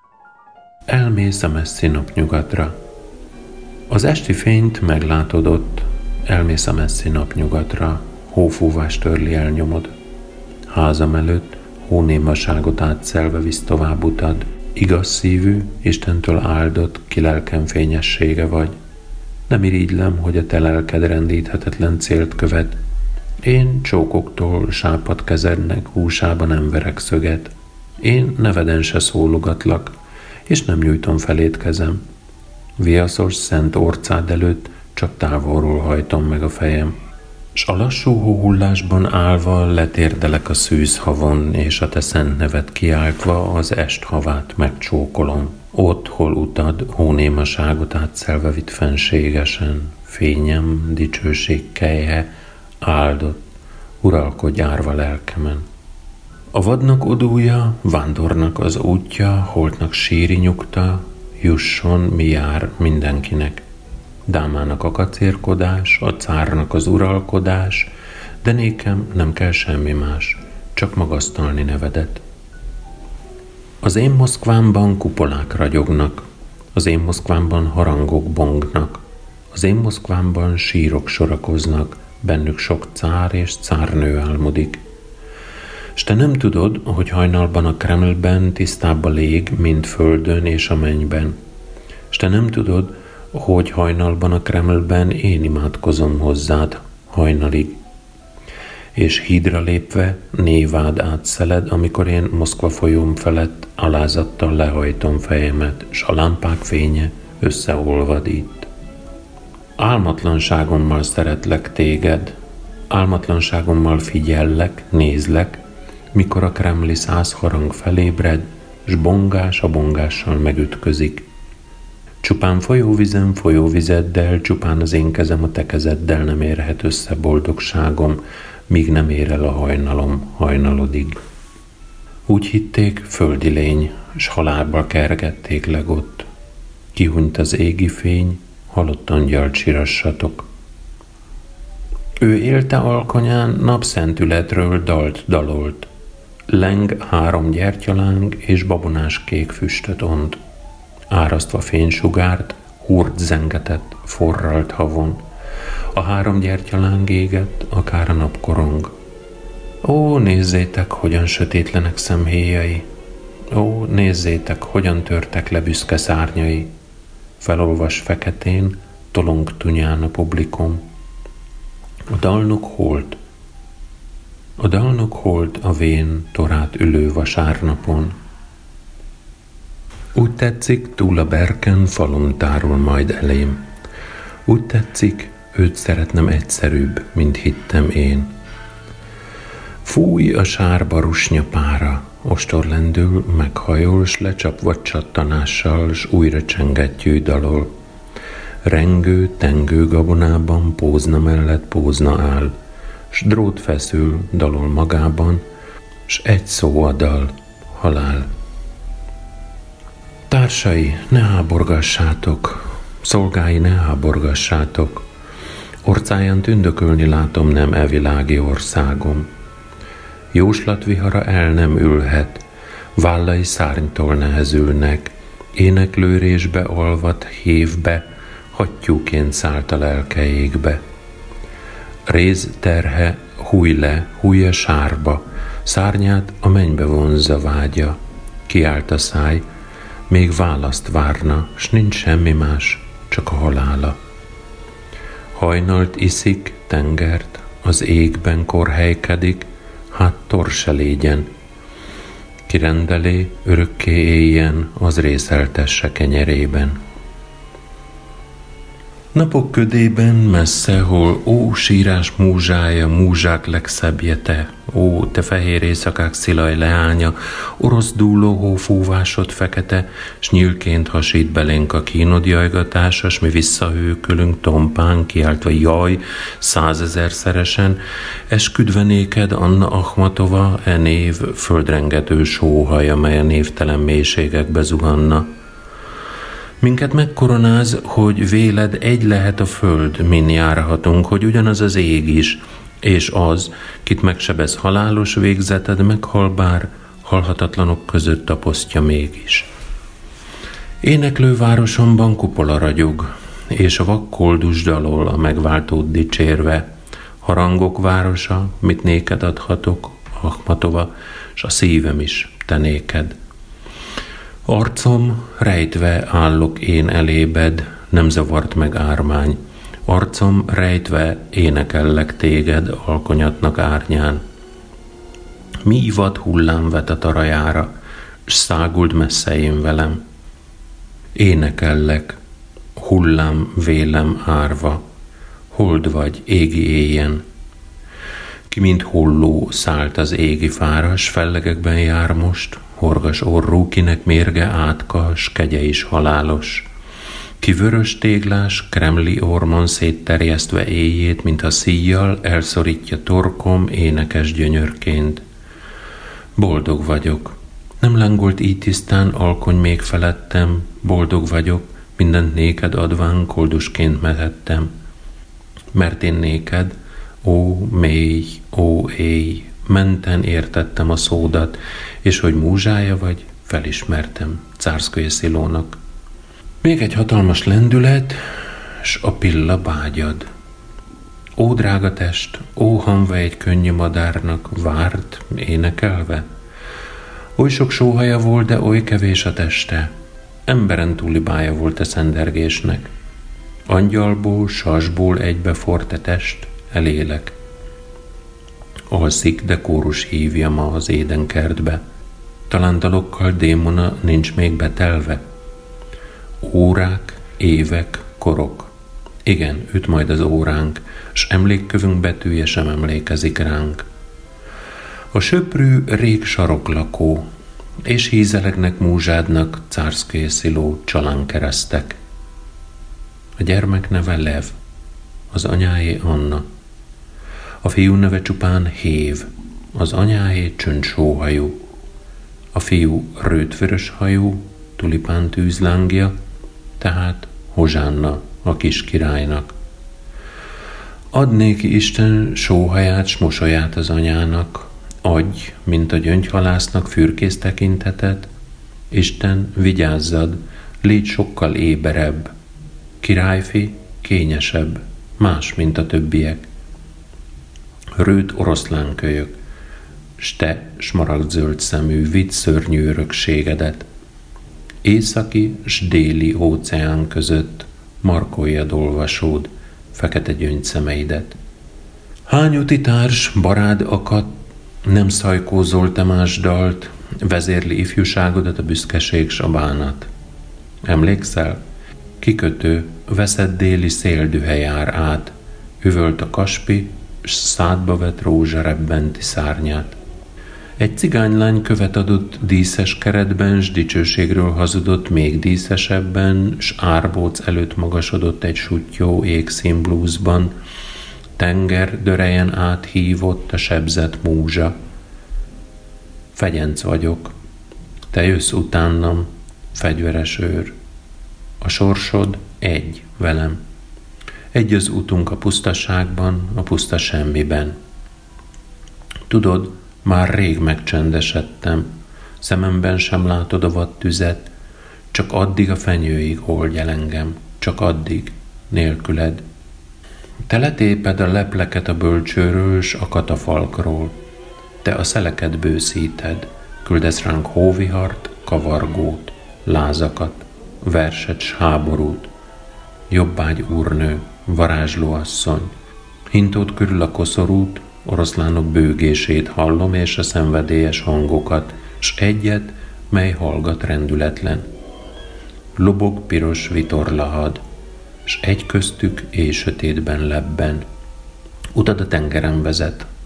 Elmész a messzi napnyugatra. Az esti fényt meglátod ott, elmész a messzi napnyugatra, hófúvás törli el nyomod. Házam előtt hónémaságot átszelve visz tovább utad, igaz szívű, Istentől áldott, ki lelkem fényessége vagy. Nem irigylem, hogy a te lelked rendíthetetlen célt követ. Én csókoktól sápadt kezednek húsába nem verek szöget. Én neveden se szólogatlak, és nem nyújtom felét kezem. Viaszos szent orcád előtt csak távolról hajtom meg a fejem. S a lassú hóhullásban állva letérdelek a szűz havon, és a te szent nevet kiáltva az est havát megcsókolom. Ott, hol utad, hónémaságot átszelve vitt fenségesen, fényem, dicsőség kelje, áldott, uralkodj árva lelkemen. A vadnak odúja, vándornak az útja, holtnak síri nyugta, jusson, mi jár mindenkinek. Dámának a kacérkodás, a cárnak az uralkodás, de nékem nem kell semmi más, csak magasztalni nevedet. Az én Moszkvámban kupolák ragyognak, az én Moszkvámban harangok bongnak, az én Moszkvámban sírok sorakoznak, bennük sok cár és cárnő álmodik. S te nem tudod, hogy hajnalban a Kremlben tisztább a lég, mint földön és a mennyben. S te nem tudod, hogy hajnalban a Kremlben én imádkozom hozzád hajnalig. És hídra lépve névád átszeled, amikor én Moszkva folyóm felett alázattal lehajtom fejemet, s a lámpák fénye összeolvad itt. Álmatlanságommal szeretlek téged, álmatlanságommal figyellek, nézlek, mikor a kremli száz harang felébred, s bongás a bongással megütközik. Csupán folyóvizem folyóvizeddel, csupán az én kezem a te kezeddel nem érhet össze boldogságom, míg nem ér el a hajnalom hajnalodig. Úgy hitték, földi lény, s halálba kergették legott. Kihunyt az égi fény, halott angyalt sirassatok. Ő élte alkonyán napszentületről dalt dalolt. Leng három gyertyaláng és babonás kék füstöt ont. Árasztva fénysugárt, húrt zengetett, forralt havon. A három gyertyaláng égett, akár a napkorong. Ó, nézzétek, hogyan sötétlenek szemhéjai! Ó, nézzétek, hogyan törtek le büszke szárnyai! Felolvas feketén, tolong tunyán a publikom. A dalnok holt. A dalnok holt a vén torát ülő vasárnapon. Úgy tetszik, túl a berken falom tárul majd elém. Úgy tetszik, őt szeretnem egyszerűbb, mint hittem én. Fúj a sárba rusnya pára, ostor lendül, meghajol, s lecsapva csattanással, s újra csengettyű dalol. Rengő, tengő gabonában pózna mellett pózna áll, s drót feszül, dalol magában, s egy szó a dal, halál. Társai, ne háborgassátok, szolgái, ne háborgassátok, orcáján tündökölni látom nem e világi országom. Jóslatvihara el nem ülhet, vállai szárnytól nehezülnek, éneklőrésbe olvadt hévbe, hattyúként szállt a lelke égbe. Réz terhe, húj le, húj a sárba, szárnyát a mennybe vonzza vágya. Kiállt a száj, még választ várna, s nincs semmi más, csak a halála. Hajnalt iszik, tengert, az égben korhelykedik, hát tor se légyen. Kirendelé, örökké éljen, az részeltesse kenyerében. Napok ködében messze, hol ó sírás múzsája, múzsák legszebbje te, ó, te fehér éjszakák szilaj leánya, orosz dúló hófúvásod fekete, s nyílként hasít belénk a kínod jajgatása, s mi visszahőkölünk tompán, kiáltva jaj, százezerszeresen, esküdve néked Anna Akhmatova, e név földrengető sóhaja, mely a névtelen mélységekbe zuhanna. Minket megkoronáz, hogy véled egy lehet a föld, min járhatunk, hogy ugyanaz az ég is, és az, kit megsebez halálos végzeted, meghal bár, halhatatlanok között taposztja mégis. Éneklő városomban kupola ragyog, és a vakkoldus dalol a megváltót dicsérve. Harangok városa, mit néked adhatok, Akhmatova, s a szívem is te néked. Arcom rejtve állok én elébed, nem zavart meg ármány. Arcom rejtve énekellek téged alkonyatnak árnyán. Mi ivad hullám vet a tarajára, s száguld messze én velem. Énekellek, hullám vélem árva, hold vagy égi éjjen. Ki mint holló szállt az égi fára, s fellegekben jár most, horgas orrú, kinek mérge átka, s kegye is halálos. Ki vörös téglás, kremli ormon szétterjesztve éjjét, mint a szíjjal elszorítja torkom énekes gyönyörként. Boldog vagyok, nem lángolt így tisztán alkony még felettem, boldog vagyok, mindent néked adván koldusként mehettem. Mert én néked, ó mély, ó éj, menten értettem a szódat, és hogy múzsája vagy, felismertem Cárszkaja Szilónak. Még egy hatalmas lendület, s a pilla bágyad. Ó drága test, ó hamva egy könnyű madárnak, várt énekelve. Oly sok sóhaja volt, de oly kevés a teste, emberen túli bája volt a szendergésnek. Angyalból, sasból egybefort a test, elélek. Alszik, de kórus hívja ma az édenkertbe. Talán dalokkal démona nincs még betelve. Órák, évek, korok. Igen, üt majd az óránk, s emlékkövünk betűje sem emlékezik ránk. A söprű rég saroklakó, és hízelegnek múzsádnak Cárszkaja Sziló csalánkeresztek. A gyermek neve Lev, az anyáé Anna. A fiú neve csupán Hév, az anyáé csöntsóhajú. A fiú rőtvörös hajú, tulipán tűzlángja, tehát Hozsánna a kis királynak. Add néki Isten sóhaját s mosolyát az anyának, adj, mint a gyöngyhalásznak fürkész tekintetet, Isten, vigyázzad, légy sokkal éberebb, királyfi kényesebb, más, mint a többiek. Rőt oroszlánkölyök, s te smaragdzöld szemű, vidd szörnyű örökségedet. Északi s déli óceán között markoljad olvasód fekete gyöngyszemeidet. Hány utitárs, barád akadt, nem szajkózol te más dalt, vezérli ifjúságodat a büszkeség s a bánat. Emlékszel? Kikötő, veszett déli széldühe jár át, üvölt a kaspi, s szádba vett rózsa rebbenti szárnyát. Egy cigánylány követ adott díszes keretben, s dicsőségről hazudott még díszesebben, s árbóc előtt magasodott egy suttyó égszínblúzban. Tenger dörejen áthívott a sebzett múzsa. Fegyenc vagyok, te jössz utánam, fegyveres őr. A sorsod egy velem. Egy az utunk a pusztaságban, a puszta semmiben. Tudod, már rég megcsendesedtem, szememben sem látod a vadtüzet, csak addig a fenyőig oldj el engem, csak addig, nélküled. Te letéped a lepleket a bölcsőről s a katafalkról, te a szeleket bőszíted, küldesz ránk hóvihart, kavargót, lázakat, verset s háborút. Jobbágy úrnő, varázslóasszony, hintód körül a koszorút, oroszlánok bőgését hallom, és a szenvedélyes hangokat, s egyet, mely hallgat rendületlen. Lobog piros vitorlahad, s egy köztük éj sötétben lebben. Utad a tengeren vezet,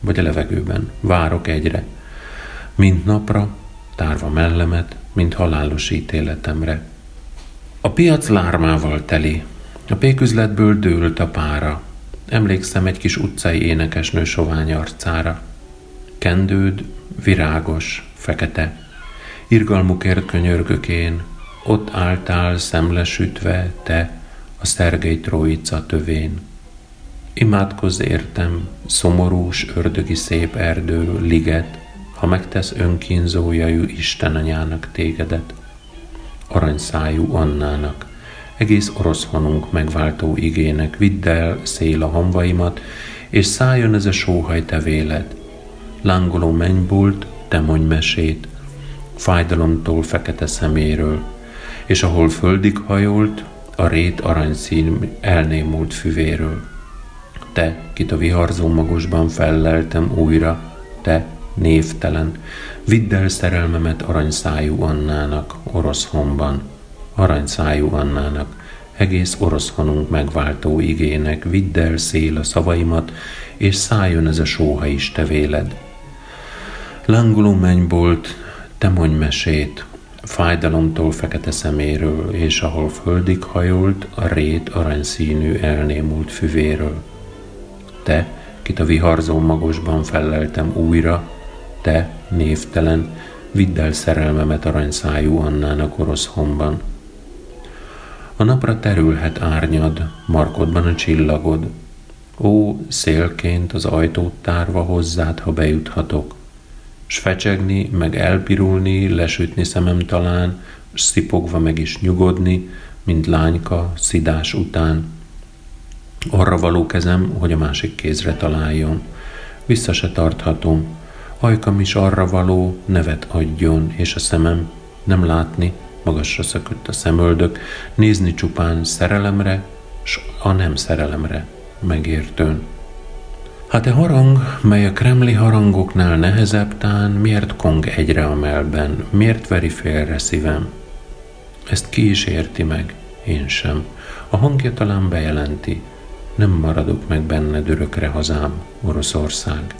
vagy a levegőben, várok egyre, mint napra, tárva mellemet, mint halálos ítéletemre. A piac lármával teli, a péküzletből dőlt a pára, emlékszem egy kis utcai énekesnő sovány arcára. Kendőd, virágos, fekete, irgalmukért könyörgök én, ott álltál szemlesütve, te, a Szergej Tróica tövén. Imádkozz értem, szomorús, ördögi szép erdő, liget, ha megtesz önkínzójajú Isten anyának tégedet, aranyszájú Annának, egész orosz honunk megváltó igének, vidd el szél a hamvaimat, és szálljon ez a sóhaj te véled. Lángoló mennybult, te mondj mesét, fájdalomtól fekete szeméről, és ahol földig hajolt, a rét aranyszín elnémult füvéről. Te, kit a viharzó magosban felleltem újra, te, névtelen, vidd el szerelmemet aranyszájú Annának, orosz honban, aranyszájú Annának, egész orosz honunk megváltó igének, vidd el szél a szavaimat, és szálljon ez a sóha is te véled. Lángoló mennybolt, te mondj mesét, fájdalomtól fekete szeméről, és ahol földig hajolt, a rét aranyszínű elnémult füvéről. Te, kit a viharzó magosban felleltem újra, te, névtelen, vidd el szerelmemet aranyszájú Annának orosz honban. A napra terülhet árnyad, markodban a csillagod. Ó, szélként az ajtót tárva hozzád, ha bejuthatok, s fecsegni, meg elpirulni, lesütni szemem talán, s szipogva meg is nyugodni, mint lányka szidás után. Arra való kezem, hogy a másik kézre találjon. Vissza se tarthatom, ajkam is arra való, nevet adjon, és a szemem nem látni, magasra szökött a szemöldök, nézni csupán szerelemre, s a nem szerelemre, megértőn. Hát e harang, mely a kremli harangoknál nehezebb tán, miért kong egyre a mellben, miért veri félre szívem? Ezt ki is érti meg, én sem. A hangja talán bejelenti, nem maradok meg benned örökre hazám, Oroszország.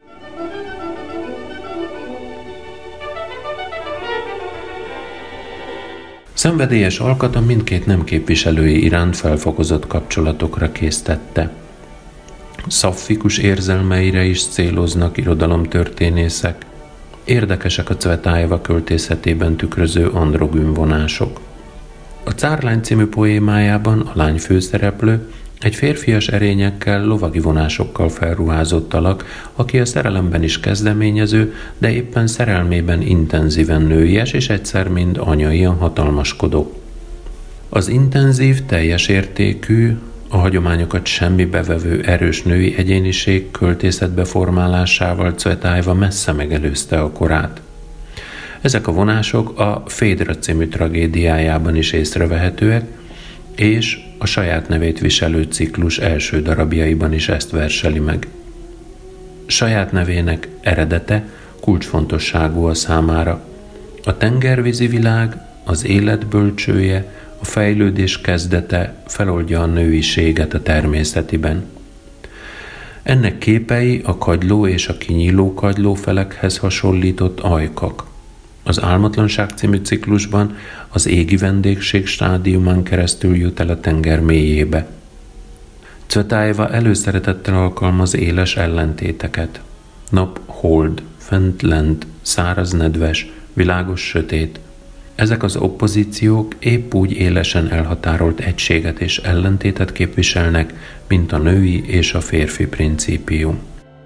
Szenvedélyes alkata mindkét nem képviselői iránt felfokozott kapcsolatokra késztette. Szaffikus érzelmeire is céloznak irodalomtörténészek, érdekesek a Cvetájeva költészetében tükröző androgyn vonások. A Cárlány című poémájában a lány főszereplő egy férfias erényekkel, lovagi vonásokkal felruházott alak, aki a szerelemben is kezdeményező, de éppen szerelmében intenzíven nőies és egyszer mind anyaian hatalmaskodó. Az intenzív, teljes értékű, a hagyományokat semmibe vevő erős női egyéniség költészetbe formálásával Cvetájeva messze megelőzte a korát. Ezek a vonások a Fédra című tragédiájában is észrevehetőek, és a saját nevét viselő ciklus első darabjaiban is ezt verseli meg. Saját nevének eredete kulcsfontosságú a számára. A tengervízi világ, az élet bölcsője, a fejlődés kezdete feloldja a nőiséget a természetiben. Ennek képei a kagyló és a kinyíló kagylófelekhez hasonlított ajkak. Az Álmatlanság című ciklusban az égi vendégség stádiumán keresztül jut el a tenger mélyébe. Cvetájeva előszeretettel alkalmaz éles ellentéteket. Nap, hold, fent, lent, száraz, nedves, világos, sötét. Ezek az oppozíciók épp úgy élesen elhatárolt egységet és ellentétet képviselnek, mint a női és a férfi principium.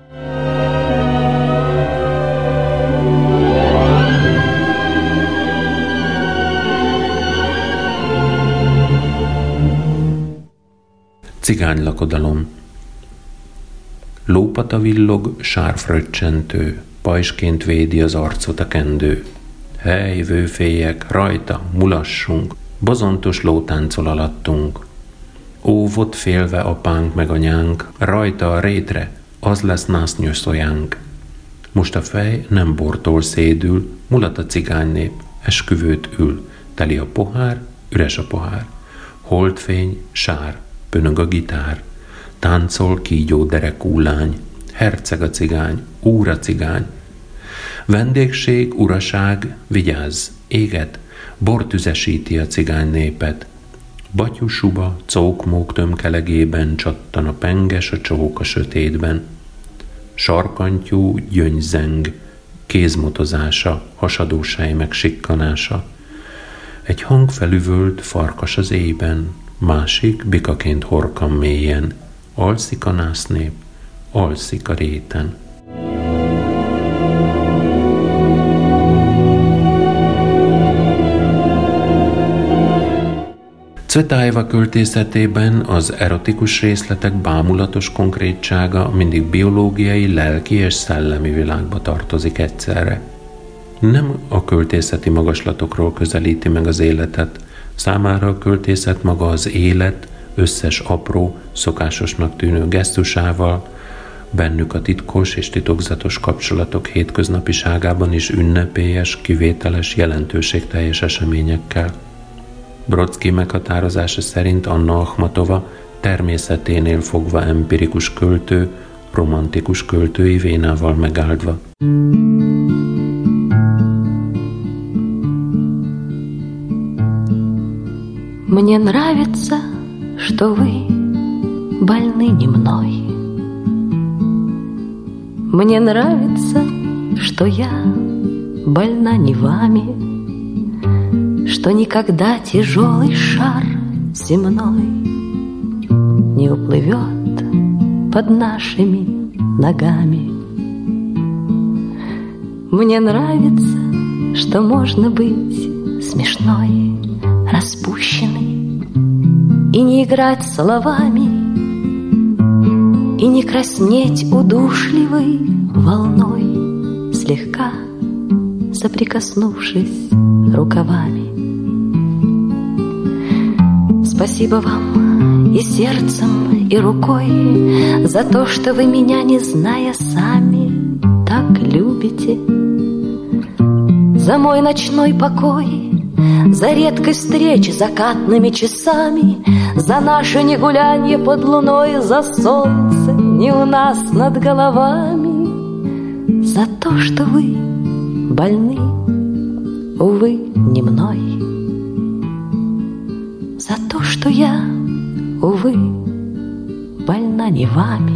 Cigánylakodalom. Lópata villog, sárfröccsentő, pajsként védi az arcot a kendő. Hely, vőfélyek, rajta, mulassunk, bozontos lótáncol alattunk. Óvott félve apánk meg anyánk, rajta a rétre, az lesz násznyöszojánk. Most a fej nem bortól szédül, mulat a cigánynép, esküvőt ül, teli a pohár, üres a pohár. Holdfény, sár, pönög a gitár, táncol kígyó derekú lány, herceg a cigány, úr a cigány. Vendégség, uraság, vigyázz, éget, bortüzesíti a cigány népet. Batyusuba, cókmók tömkelegében csattan a penges, a csók a sötétben. Sarkantyú, gyöngyzeng, kézmotozása, hasadósáj megsikkanása. Egy hang felüvölt, farkas az éjben, másik bikaként horkan mélyen. Alszik a násznép, alszik a réten. Cvetajeva költészetében az erotikus részletek bámulatos konkrétsága mindig biológiai, lelki és szellemi világba tartozik egyszerre. Nem a költészeti magaslatokról közelíti meg az életet, számára a költészet maga az élet összes apró, szokásosnak tűnő gesztusával, bennük a titkos és titokzatos kapcsolatok hétköznapiságában is ünnepélyes, kivételes, jelentőségteljes eseményekkel. Brodsky meghatározása szerint Anna Akhmatova természeténél fogva empirikus költő, romantikus költői vénával megáldva. Мне нравится, что вы больны не мной. Мне нравится, что я больна не вами, что никогда тяжелый шар земной не уплывет под нашими ногами. Мне нравится, что можно быть смешной, распущенной и не играть словами, и не краснеть удушливой волной, слегка соприкоснувшись рукавами. Спасибо вам и сердцем, и рукой за то, что вы меня, не зная сами, так любите, за мой ночной покой, за редкость встреч закатными часами, за наше негулянье под луной, за солнце не у нас над головами, за то, что вы больны, увы, не мной, за то, что я, увы, больна не вами.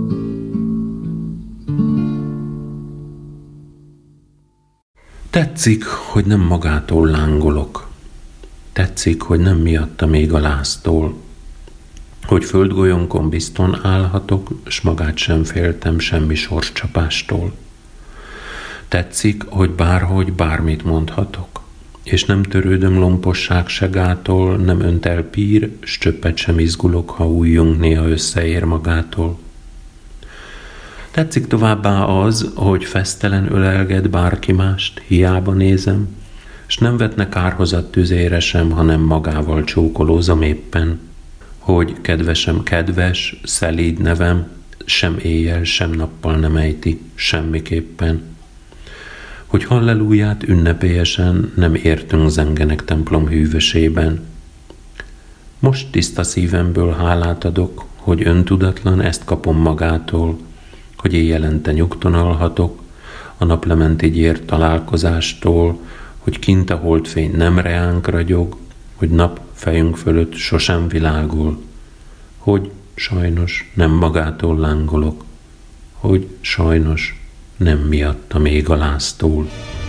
Tetszik, hogy nem magától lángolok. Tetszik, hogy nem miatta még a láztól. Hogy földgolyónkon bizton állhatok, s magát sem féltem semmi sorscsapástól. Tetszik, hogy bárhogy bármit mondhatok, és nem törődöm lomposság segától, nem önt el pír, s csöppet sem izgulok, ha újjunk néha összeér magától. Tetszik továbbá az, hogy fesztelen ölelget bárki mást, hiába nézem, s nem vetne kárhozat tüzére sem, hanem magával csókolózom éppen, hogy kedvesem kedves, szelíd nevem, sem éjjel, sem nappal nem ejti, semmiképpen, hogy hallelúját ünnepélyesen nem értünk zengenek templom hűvösében. Most tiszta szívemből hálát adok, hogy öntudatlan ezt kapom magától, hogy éjjelente nyugton alhatok, a naplementi gyér találkozástól, hogy kint a holdfény nem reánk ragyog, hogy nap fejünk fölött sosem világol, hogy sajnos nem magától lángolok, hogy sajnos nem miatta még a láztól.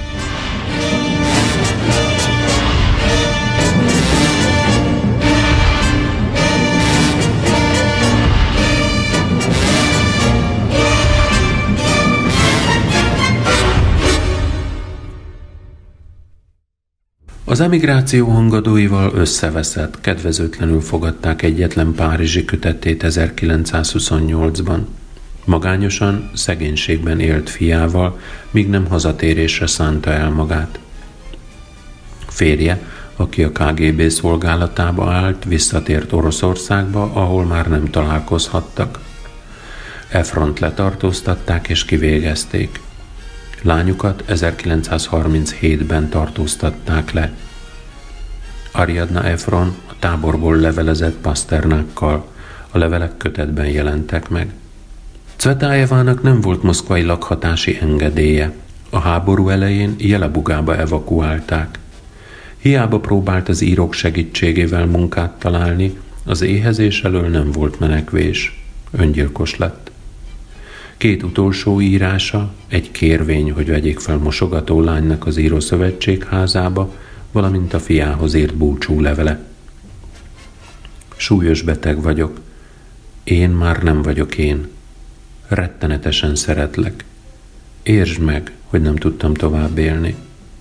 Az emigráció hangadóival összeveszett, kedvezőtlenül fogadták egyetlen párizsi kötettét ezerkilencszázhuszonnyolcban. Magányosan, szegénységben élt fiával, míg nem hazatérésre szánta el magát. Férje, aki a ká gé bé szolgálatába állt, visszatért Oroszországba, ahol már nem találkozhattak. Efront letartóztatták és kivégezték. Lányukat ezerkilencszázharminchétben tartóztatták le. Ariadna Efron a táborból levelezett Pasternákkal, a levelek kötetben jelentek meg. Cvetájevának nem volt moszkvai lakhatási engedélye. A háború elején Jelebugába evakuálták. Hiába próbált az írók segítségével munkát találni, az éhezés elől nem volt menekvés. Öngyilkos lett. Két utolsó írása, egy kérvény, hogy vegyék fel mosogató lánynak az írószövetség házába, valamint a fiához írt búcsú levele. Súlyos beteg vagyok. Én már nem vagyok én. Rettenetesen szeretlek. Értsd meg, hogy nem tudtam tovább élni.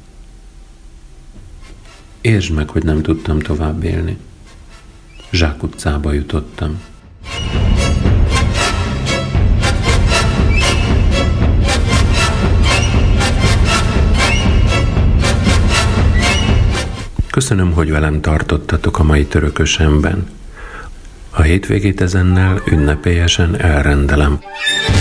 Értsd meg, hogy nem tudtam tovább élni. Zsákutcába jutottam. Köszönöm, hogy velem tartottatok a mai Törökösemben. A hétvégét ezennel ünnepélyesen elrendelem.